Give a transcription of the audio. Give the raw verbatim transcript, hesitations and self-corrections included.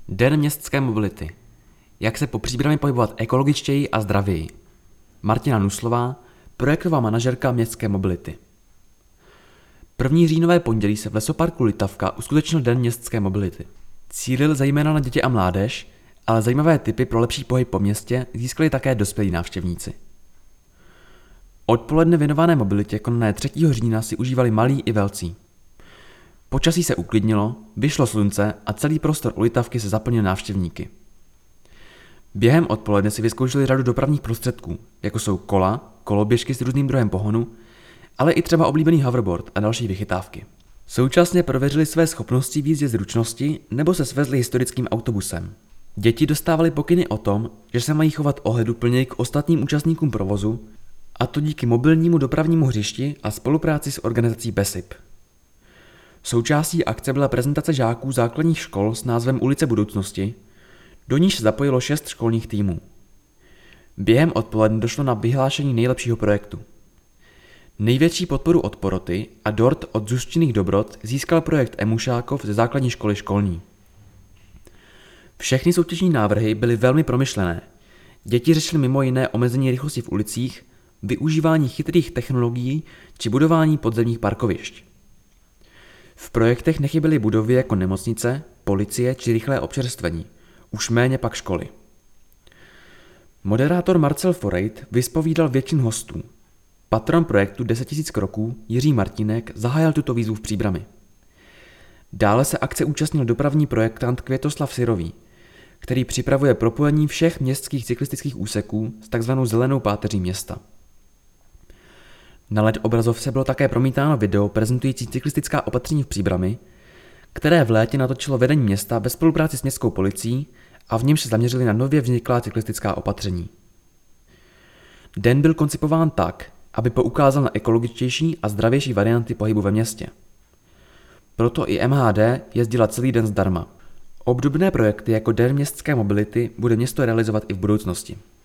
Den městské mobility. Jak se po Příbrami pohybovat ekologičtěji a zdravěji. Martina Nuslová, projektová manažerka městské mobility. První říjnové pondělí se v lesoparku Litavka uskutečnil Den městské mobility. Cílil zejména na děti a mládež, ale zajímavé tipy pro lepší pohyb po městě získali také dospělí návštěvníci. Odpoledne věnované mobilitě konané třetího října si užívali malí i velcí. Počasí se uklidnilo, vyšlo slunce a celý prostor u Litavky se zaplnil návštěvníky. Během odpoledne si vyzkoušeli řadu dopravních prostředků, jako jsou kola, koloběžky s různým druhem pohonu, ale i třeba oblíbený hoverboard a další vychytávky. Současně prověřili své schopnosti v jízdě zručnosti nebo se svezli historickým autobusem. Děti dostávaly pokyny o tom, že se mají chovat ohleduplněji k ostatním účastníkům provozu, a to díky mobilnímu dopravnímu hřišti a spolupráci s organizací BESIP. Součástí akce byla prezentace žáků základních škol s názvem Ulice budoucnosti, do níž se zapojilo šest školních týmů. Během odpoledne došlo na vyhlášení nejlepšího projektu. Největší podporu od poroty a dort od Zuščiných dobrot získal projekt Emušákov ze základní školy školní. Všechny soutěžní návrhy byly velmi promyšlené. Děti řešily mimo jiné omezení rychlosti v ulicích, využívání chytrých technologií či budování podzemních parkovišť. V projektech nechyběly budovy jako nemocnice, policie či rychlé občerstvení, už méně pak školy. Moderátor Marcel Forejt vyspovídal většinu hostů. Patron projektu deset tisíc kroků Jiří Martínek zahájil tuto výzvu v Příbrami. Dále se akce účastnil dopravní projektant Květoslav Syrový, který připravuje propojení všech městských cyklistických úseků s takzvanou zelenou páteří města. Na el é dé obrazovce bylo také promítáno video prezentující cyklistická opatření v Příbrami, které v létě natočilo vedení města ve spolupráci s městskou policií a v němž se zaměřili na nově vzniklá cyklistická opatření. Den byl koncipován tak, aby poukázal na ekologičtější a zdravější varianty pohybu ve městě. Proto i em há dé jezdila celý den zdarma. Obdobné projekty jako Den městské mobility bude město realizovat i v budoucnosti.